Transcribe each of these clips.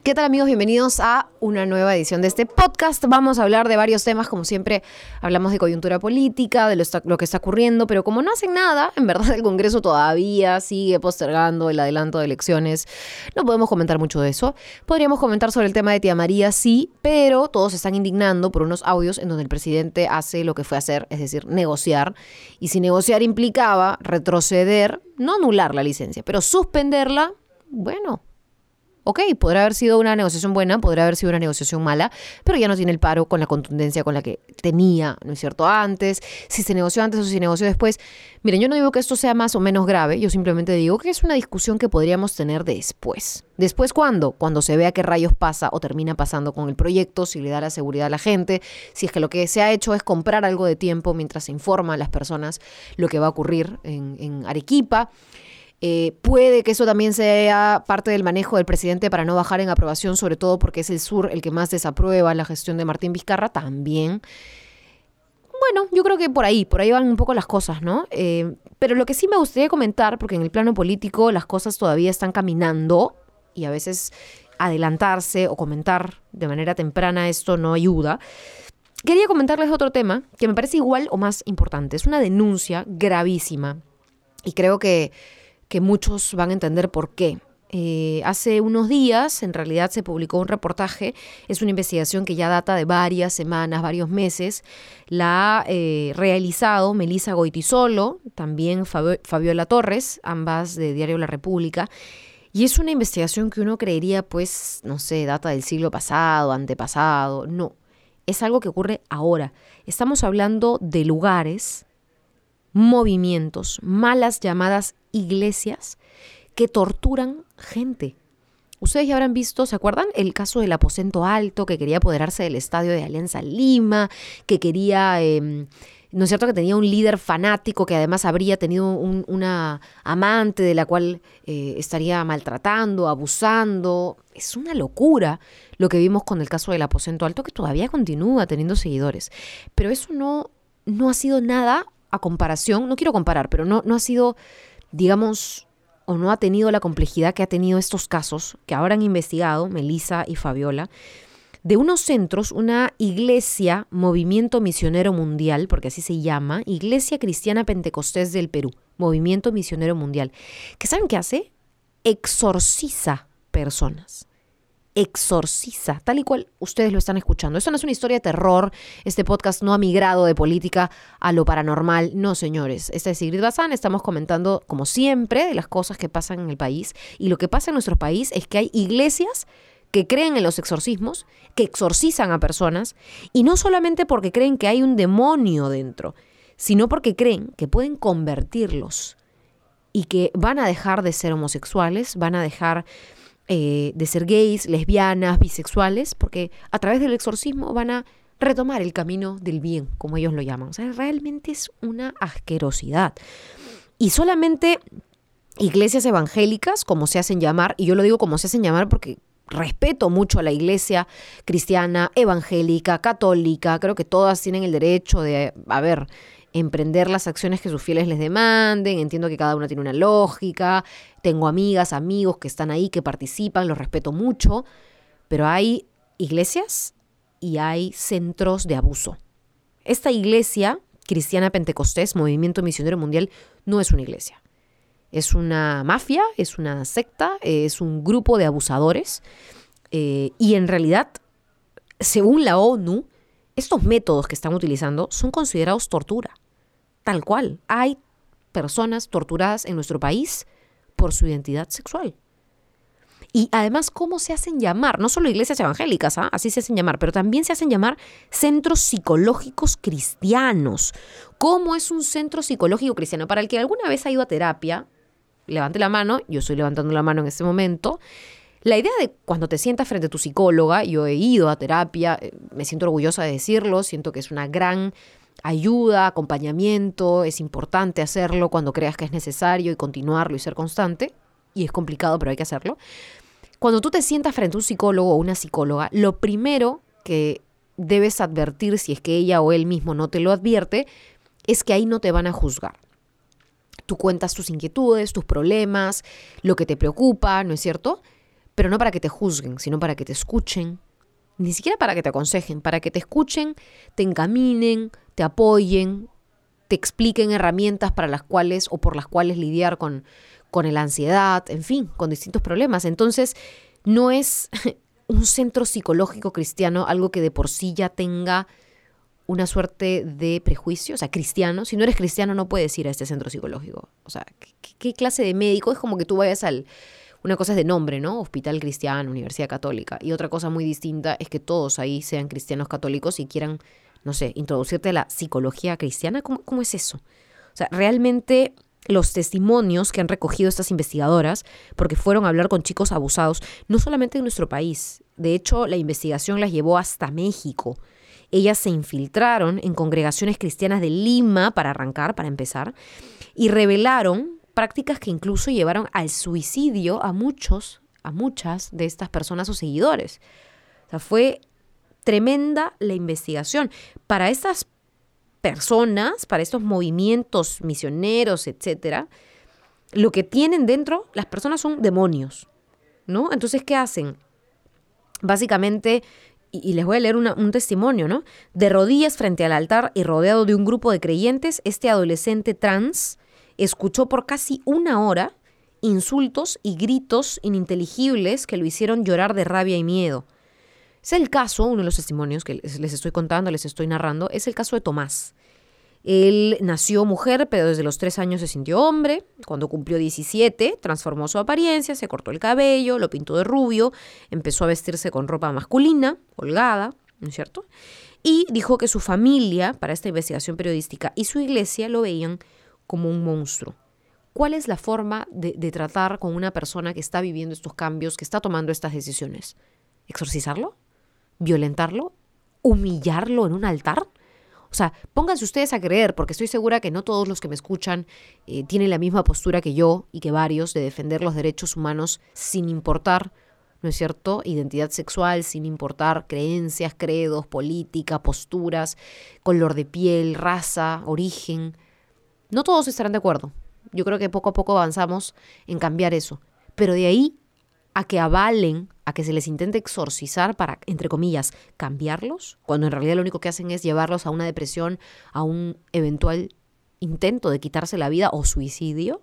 ¿Qué tal, amigos? Bienvenidos a una nueva edición de este podcast. Vamos a hablar de varios temas, como siempre hablamos de coyuntura política, de lo que está ocurriendo, pero como no hacen nada, en verdad el Congreso todavía sigue postergando el adelanto de elecciones. No podemos comentar mucho de eso. Podríamos comentar sobre el tema de Tía María, sí, pero todos se están indignando por unos audios en donde el presidente hace lo que fue a hacer, es decir, negociar. Y si negociar implicaba retroceder, no anular la licencia, pero suspenderla, bueno, ok, podrá haber sido una negociación buena, podrá haber sido una negociación mala, pero ya no tiene el paro con la contundencia con la que tenía, ¿no es cierto?, antes. Si se negoció antes o si se negoció después. Miren, yo no digo que esto sea más o menos grave, yo simplemente digo que es una discusión que podríamos tener después. ¿Después cuándo? Cuando se vea qué rayos pasa o termina pasando con el proyecto, si le da la seguridad a la gente, si es que lo que se ha hecho es comprar algo de tiempo mientras se informa a las personas lo que va a ocurrir en Arequipa. Puede que eso también sea parte del manejo del presidente para no bajar en aprobación, sobre todo porque es el sur el que más desaprueba la gestión de Martín Vizcarra también. Bueno, yo creo que por ahí van un poco las cosas, ¿no? Pero lo que sí me gustaría comentar, porque en el plano político las cosas todavía están caminando y a veces adelantarse o comentar de manera temprana esto no ayuda. Quería comentarles otro tema que me parece igual o más importante. Es una denuncia gravísima y creo que muchos van a entender por qué. Hace unos días, en realidad, se publicó un reportaje. Es una investigación que ya data de varias semanas, varios meses. La ha realizado Melissa Goytisolo, también Fabiola Torres, ambas de Diario La República. Y es una investigación que uno creería, pues, no sé, data del siglo pasado, antepasado. No, es algo que ocurre ahora. Estamos hablando de lugares, movimientos, malas llamadas iglesias que torturan gente. Ustedes ya habrán visto, ¿se acuerdan? El caso del Aposento Alto, que quería apoderarse del estadio de Alianza Lima, que quería, ¿no es cierto?, que tenía un líder fanático que además habría tenido una amante de la cual estaría maltratando, abusando. Es una locura lo que vimos con el caso del Aposento Alto, que todavía continúa teniendo seguidores. Pero eso no ha sido nada a comparación, no quiero comparar, pero no ha sido, digamos, o no ha tenido la complejidad que ha tenido estos casos que ahora han investigado Melissa y Fabiola, de unos centros, una iglesia, Movimiento Misionero Mundial, porque así se llama, Iglesia Cristiana Pentecostés del Perú, Movimiento Misionero Mundial, que ¿saben qué hace? Exorciza personas. Exorciza, tal y cual ustedes lo están escuchando. Esto no es una historia de terror, este podcast no ha migrado de política a lo paranormal, no, señores. Esta es Sigrid Bazán, estamos comentando, como siempre, de las cosas que pasan en el país, y lo que pasa en nuestro país es que hay iglesias que creen en los exorcismos, que exorcizan a personas, y no solamente porque creen que hay un demonio dentro, sino porque creen que pueden convertirlos y que van a dejar de ser homosexuales, van a dejar de ser gays, lesbianas, bisexuales, porque a través del exorcismo van a retomar el camino del bien, como ellos lo llaman. O sea, realmente es una asquerosidad. Y solamente iglesias evangélicas, como se hacen llamar, y yo lo digo como se hacen llamar porque respeto mucho a la iglesia cristiana, evangélica, católica, creo que todas tienen el derecho de, emprender las acciones que sus fieles les demanden. Entiendo que cada una tiene una lógica. Tengo amigas, amigos que están ahí, que participan, los respeto mucho. Pero hay iglesias y hay centros de abuso. Esta iglesia cristiana Pentecostés, Movimiento Misionero Mundial, no es una iglesia. Es una mafia, es una secta, es un grupo de abusadores. Y en realidad, según la ONU, estos métodos que están utilizando son considerados tortura. Tal cual. Hay personas torturadas en nuestro país por su identidad sexual. Y además, ¿cómo se hacen llamar? No solo iglesias evangélicas, así se hacen llamar, pero también se hacen llamar centros psicológicos cristianos. ¿Cómo es un centro psicológico cristiano? Para el que alguna vez ha ido a terapia, levante la mano, yo estoy levantando la mano en este momento. La idea de cuando te sientas frente a tu psicóloga, yo he ido a terapia, me siento orgullosa de decirlo, siento que es una gran ayuda, acompañamiento, es importante hacerlo cuando creas que es necesario y continuarlo y ser constante, y es complicado, pero hay que hacerlo. Cuando tú te sientas frente a un psicólogo o una psicóloga, lo primero que debes advertir, si es que ella o él mismo no te lo advierte, es que ahí no te van a juzgar. Tú cuentas tus inquietudes, tus problemas, lo que te preocupa, ¿no es cierto?, pero no para que te juzguen, sino para que te escuchen, ni siquiera para que te aconsejen, para que te escuchen, te encaminen, te apoyen, te expliquen herramientas para las cuales o por las cuales lidiar con la ansiedad, en fin, con distintos problemas. Entonces, no es un centro psicológico cristiano algo que de por sí ya tenga una suerte de prejuicio, o sea, cristiano. Si no eres cristiano no puedes ir a este centro psicológico. O sea, ¿qué clase de médico? Es como que tú vayas una cosa es de nombre, ¿no? Hospital Cristiano, Universidad Católica. Y otra cosa muy distinta es que todos ahí sean cristianos católicos y quieran, no sé, introducirte a la psicología cristiana. ¿Cómo es eso? O sea, realmente los testimonios que han recogido estas investigadoras, porque fueron a hablar con chicos abusados, no solamente en nuestro país. De hecho, la investigación las llevó hasta México. Ellas se infiltraron en congregaciones cristianas de Lima, para empezar, y revelaron prácticas que incluso llevaron al suicidio a muchas de estas personas o seguidores. O sea, fue tremenda la investigación. Para estas personas, para estos movimientos misioneros, etcétera, lo que tienen dentro las personas son demonios, ¿no? Entonces, ¿qué hacen? Básicamente, y les voy a leer un testimonio, ¿no? De rodillas frente al altar y rodeado de un grupo de creyentes, este adolescente trans escuchó por casi 1 hora insultos y gritos ininteligibles que lo hicieron llorar de rabia y miedo. Es el caso, uno de los testimonios que les estoy contando, les estoy narrando, es el caso de Tomás. Él nació mujer, pero desde los 3 años se sintió hombre. Cuando cumplió 17, transformó su apariencia, se cortó el cabello, lo pintó de rubio, empezó a vestirse con ropa masculina, holgada, ¿no es cierto? Y dijo que su familia, para esta investigación periodística, y su iglesia lo veían como un monstruo. ¿Cuál es la forma de tratar con una persona que está viviendo estos cambios, que está tomando estas decisiones? ¿Exorcizarlo? ¿Violentarlo? ¿Humillarlo en un altar? O sea, pónganse ustedes a creer, porque estoy segura que no todos los que me escuchan tienen la misma postura que yo y que varios de defender los derechos humanos sin importar, ¿no es cierto?, identidad sexual, sin importar creencias, credos, política, posturas, color de piel, raza, origen. No todos estarán de acuerdo. Yo creo que poco a poco avanzamos en cambiar eso. Pero de ahí a que avalen, a que se les intente exorcizar para, entre comillas, cambiarlos, cuando en realidad lo único que hacen es llevarlos a una depresión, a un eventual intento de quitarse la vida o suicidio.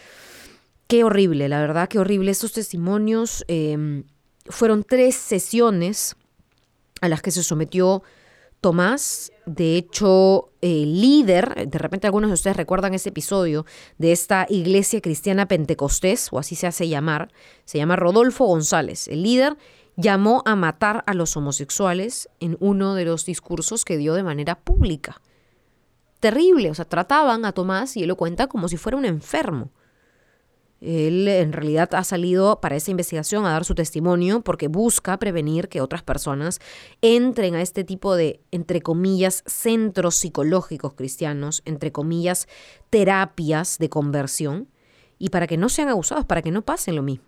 Qué horrible, la verdad, qué horrible. Estos testimonios fueron 3 sesiones a las que se sometió Tomás. De hecho, el líder, de repente algunos de ustedes recuerdan ese episodio de esta iglesia cristiana Pentecostés, o así se hace llamar, se llama Rodolfo González. El líder llamó a matar a los homosexuales en uno de los discursos que dio de manera pública. Terrible, o sea, trataban a Tomás, y él lo cuenta, como si fuera un enfermo. Él en realidad ha salido para esa investigación a dar su testimonio porque busca prevenir que otras personas entren a este tipo de, entre comillas, centros psicológicos cristianos, entre comillas, terapias de conversión, y para que no sean abusados, para que no pasen lo mismo.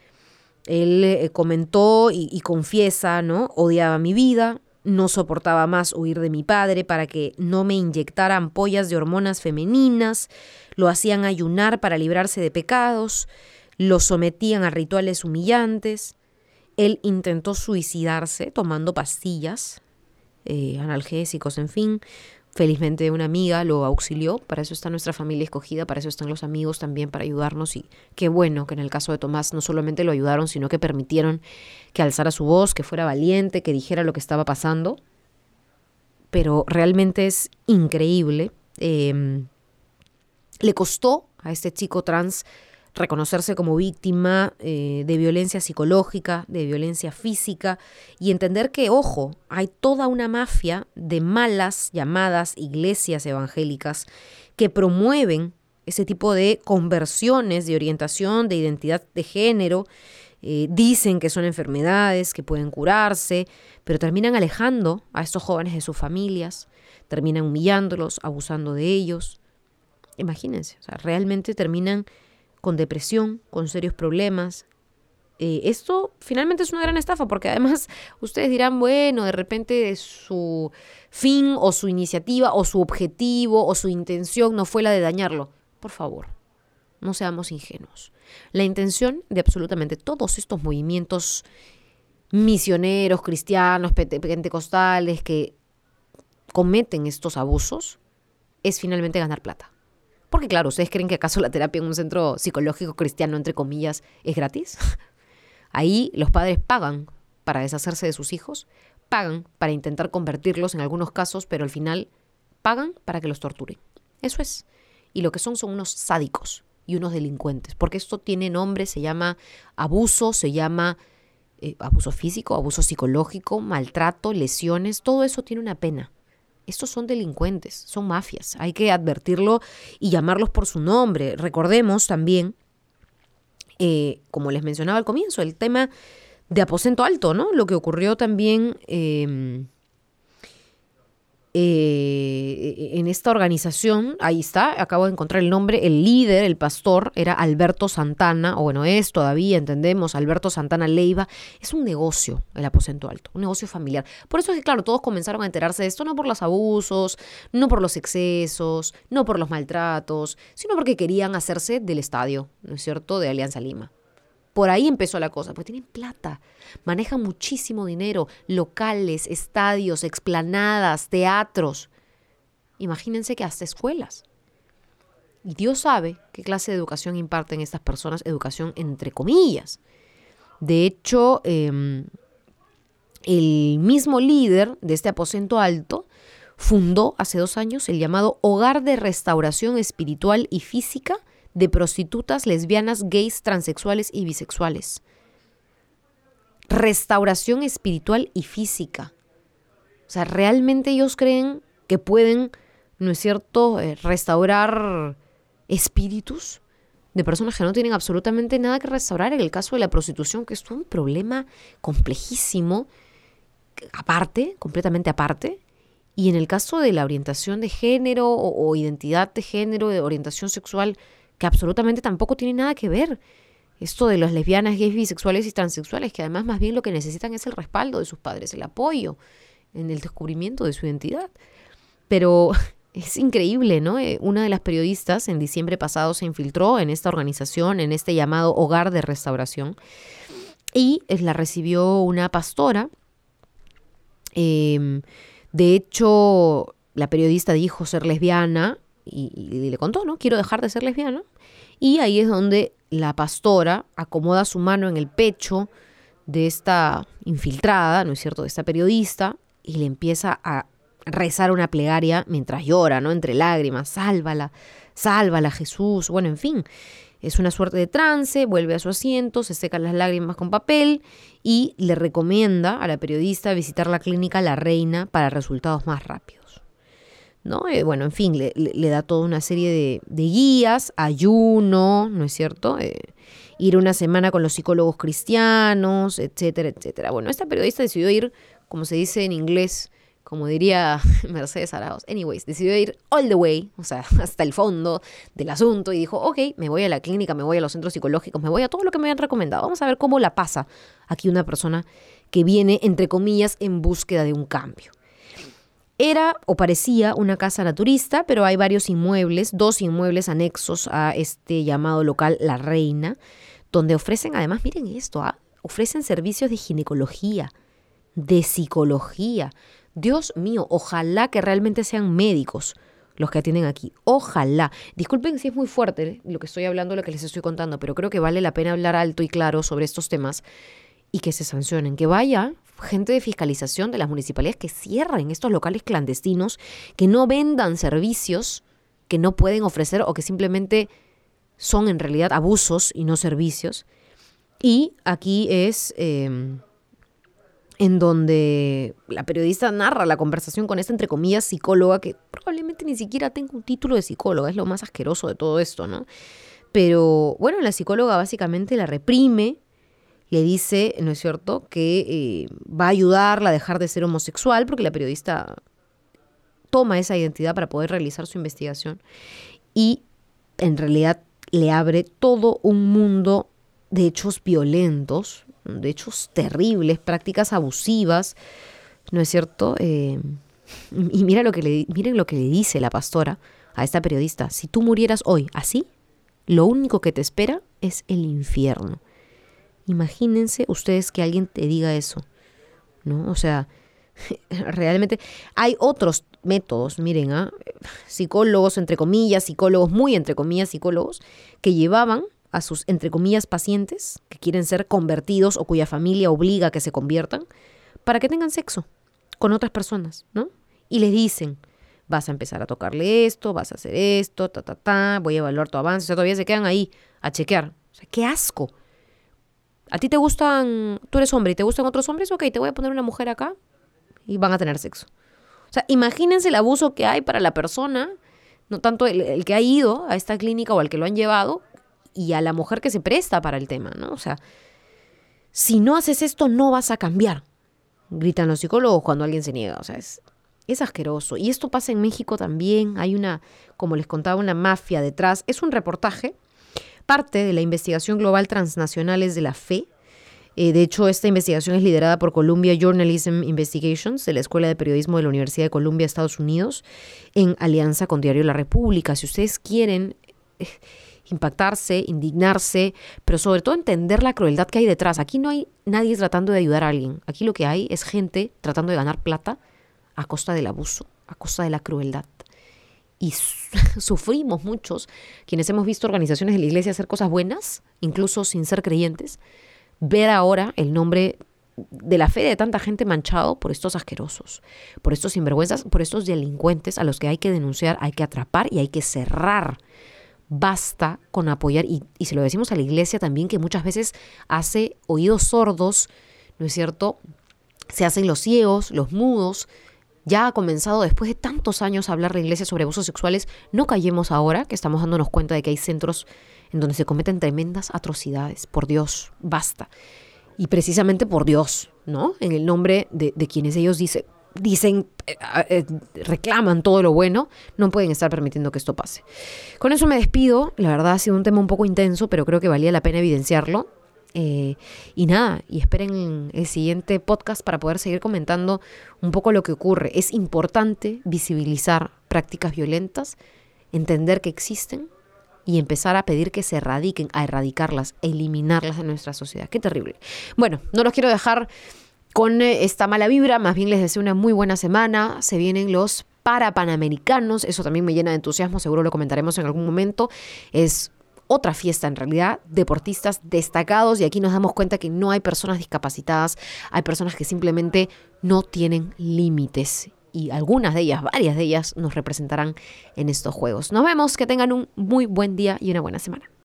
Él comentó y confiesa, ¿no? Odiaba mi vida, no soportaba más huir de mi padre para que no me inyectara ampollas de hormonas femeninas, lo hacían ayunar para librarse de pecados, lo sometían a rituales humillantes. Él intentó suicidarse tomando pastillas, analgésicos, en fin. Felizmente una amiga lo auxilió, para eso está nuestra familia escogida, para eso están los amigos también, para ayudarnos, y qué bueno que en el caso de Tomás no solamente lo ayudaron, sino que permitieron que alzara su voz, que fuera valiente, que dijera lo que estaba pasando. Pero realmente es increíble. Le costó a este chico trans reconocerse como víctima de violencia psicológica, de violencia física, y entender que, ojo, hay toda una mafia de malas llamadas iglesias evangélicas que promueven ese tipo de conversiones de orientación, de identidad de género. Dicen que son enfermedades, que pueden curarse, pero terminan alejando a estos jóvenes de sus familias, terminan humillándolos, abusando de ellos. Imagínense, o sea, realmente terminan con depresión, con serios problemas. Esto finalmente es una gran estafa, porque además ustedes dirán, bueno, de repente su fin o su iniciativa o su objetivo o su intención no fue la de dañarlo. Por favor, no seamos ingenuos. La intención de absolutamente todos estos movimientos misioneros, cristianos, pentecostales que cometen estos abusos es finalmente ganar plata. Porque claro, ¿ustedes creen que acaso la terapia en un centro psicológico cristiano, entre comillas, es gratis? Ahí los padres pagan para deshacerse de sus hijos, pagan para intentar convertirlos en algunos casos, pero al final pagan para que los torturen. Eso es. Y lo que son unos sádicos y unos delincuentes, porque esto tiene nombre, se llama abuso, se llama abuso físico, abuso psicológico, maltrato, lesiones, todo eso tiene una pena. Estos son delincuentes, son mafias, hay que advertirlo y llamarlos por su nombre. Recordemos también, como les mencionaba al comienzo, el tema de Aposento Alto, ¿no? Lo que ocurrió también en esta organización, ahí está, acabo de encontrar el nombre, el líder, el pastor, era Alberto Santana, o bueno, es todavía, entendemos, Alberto Santana Leiva. Es un negocio el Aposento Alto, un negocio familiar. Por eso es que, claro, todos comenzaron a enterarse de esto, no por los abusos, no por los excesos, no por los maltratos, sino porque querían hacerse del estadio, ¿no es cierto?, de Alianza Lima. Por ahí empezó la cosa, porque tienen plata, manejan muchísimo dinero, locales, estadios, explanadas, teatros. Imagínense que hasta escuelas. Y Dios sabe qué clase de educación imparten estas personas, educación entre comillas. De hecho, el mismo líder de este Aposento Alto fundó hace 2 años el llamado Hogar de Restauración Espiritual y Física de prostitutas, lesbianas, gays, transexuales y bisexuales. Restauración espiritual y física. O sea, ¿realmente ellos creen que pueden, no es cierto, restaurar espíritus de personas que no tienen absolutamente nada que restaurar? En el caso de la prostitución, que es un problema complejísimo, aparte, completamente aparte. Y en el caso de la orientación de género o identidad de género, de orientación sexual, que absolutamente tampoco tiene nada que ver. Esto de las lesbianas, gays, bisexuales y transexuales, que además más bien lo que necesitan es el respaldo de sus padres, el apoyo en el descubrimiento de su identidad. Pero es increíble, ¿no? Una de las periodistas en diciembre pasado se infiltró en esta organización, en este llamado Hogar de Restauración, y la recibió una pastora. De hecho, la periodista dijo ser lesbiana, y le contó, ¿no? Quiero dejar de ser lesbiana. Y ahí es donde la pastora acomoda su mano en el pecho de esta infiltrada, ¿no es cierto?, de esta periodista, y le empieza a rezar una plegaria mientras llora, ¿no?, entre lágrimas. Sálvala, sálvala, Jesús. Bueno, en fin, es una suerte de trance, vuelve a su asiento, se seca las lágrimas con papel y le recomienda a la periodista visitar la clínica La Reina para resultados más rápidos, ¿no? Bueno, en fin, le da toda una serie de guías, ayuno, ¿no es cierto? Ir una semana con los psicólogos cristianos, etcétera, etcétera. Bueno, esta periodista decidió ir, como se dice en inglés, como diría Mercedes Arauz, decidió ir all the way, o sea, hasta el fondo del asunto, y dijo, ok, me voy a la clínica, me voy a los centros psicológicos, me voy a todo lo que me han recomendado. Vamos a ver cómo la pasa aquí una persona que viene, entre comillas, en búsqueda de un cambio. Era o parecía una casa naturista, pero hay varios inmuebles, 2 inmuebles anexos a este llamado local La Reina, donde ofrecen, además, miren esto, ofrecen servicios de ginecología, de psicología. Dios mío, ojalá que realmente sean médicos los que atienden aquí. Ojalá. Disculpen si es muy fuerte lo que estoy hablando, lo que les estoy contando, pero creo que vale la pena hablar alto y claro sobre estos temas y que se sancionen, que vaya gente de fiscalización de las municipalidades que cierren estos locales clandestinos, que no vendan servicios que no pueden ofrecer o que simplemente son en realidad abusos y no servicios. Y aquí es en donde la periodista narra la conversación con esta, entre comillas, psicóloga, que probablemente ni siquiera tenga un título de psicóloga, es lo más asqueroso de todo esto, ¿no? Pero bueno, la psicóloga básicamente la reprime, le dice, ¿no es cierto?, que va a ayudarla a dejar de ser homosexual, porque la periodista toma esa identidad para poder realizar su investigación, y en realidad le abre todo un mundo de hechos violentos, de hechos terribles, prácticas abusivas, ¿no es cierto? Y miren lo que le dice la pastora a esta periodista: si tú murieras hoy así, lo único que te espera es el infierno. Imagínense ustedes que alguien te diga eso, ¿no? O sea, realmente hay otros métodos, miren, psicólogos, entre comillas, psicólogos, muy entre comillas, psicólogos, que llevaban a sus, entre comillas, pacientes que quieren ser convertidos o cuya familia obliga a que se conviertan para que tengan sexo con otras personas, ¿no? Y les dicen, vas a empezar a tocarle esto, vas a hacer esto, voy a evaluar tu avance. O sea, todavía se quedan ahí a chequear. O sea, ¡qué asco! ¿A ti te gustan, tú eres hombre y te gustan otros hombres? Ok, te voy a poner una mujer acá y van a tener sexo. O sea, imagínense el abuso que hay para la persona, no tanto el que ha ido a esta clínica o al que lo han llevado, y a la mujer que se presta para el tema, ¿no? O sea, si no haces esto, no vas a cambiar, gritan los psicólogos cuando alguien se niega. O sea, es asqueroso. Y esto pasa en México también. Hay una, como les contaba, una mafia detrás. Es un reportaje, parte de la investigación global Transnacionales de la Fe. De hecho, esta investigación es liderada por Columbia Journalism Investigations, de la Escuela de Periodismo de la Universidad de Columbia, Estados Unidos, en alianza con Diario La República. Si ustedes quieren impactarse, indignarse, pero sobre todo entender la crueldad que hay detrás. Aquí no hay nadie tratando de ayudar a alguien. Aquí lo que hay es gente tratando de ganar plata a costa del abuso, a costa de la crueldad. Y sufrimos muchos, quienes hemos visto organizaciones de la iglesia hacer cosas buenas, incluso sin ser creyentes, ver ahora el nombre de la fe de tanta gente manchado por estos asquerosos, por estos sinvergüenzas, por estos delincuentes a los que hay que denunciar, hay que atrapar y hay que cerrar. Basta con apoyar, y se lo decimos a la iglesia también, que muchas veces hace oídos sordos, ¿no es cierto? Se hacen los ciegos, los mudos. Ya ha comenzado después de tantos años a hablar la iglesia sobre abusos sexuales. No callemos ahora que estamos dándonos cuenta de que hay centros en donde se cometen tremendas atrocidades. Por Dios, basta. Y precisamente por Dios, ¿no? En el nombre de quienes ellos dicen, reclaman todo lo bueno, no pueden estar permitiendo que esto pase. Con eso me despido. La verdad ha sido un tema un poco intenso, pero creo que valía la pena evidenciarlo. Y nada, y esperen el siguiente podcast para poder seguir comentando un poco lo que ocurre. Es importante visibilizar prácticas violentas, entender que existen y empezar a pedir que se erradiquen, a erradicarlas, a eliminarlas de nuestra sociedad. Qué terrible. Bueno, no los quiero dejar con esta mala vibra, más bien les deseo una muy buena semana. Se vienen los Parapanamericanos, eso también me llena de entusiasmo, seguro lo comentaremos en algún momento. Es otra fiesta en realidad, deportistas destacados, y aquí nos damos cuenta que no hay personas discapacitadas, hay personas que simplemente no tienen límites, y algunas de ellas, varias de ellas, nos representarán en estos Juegos. Nos vemos, que tengan un muy buen día y una buena semana.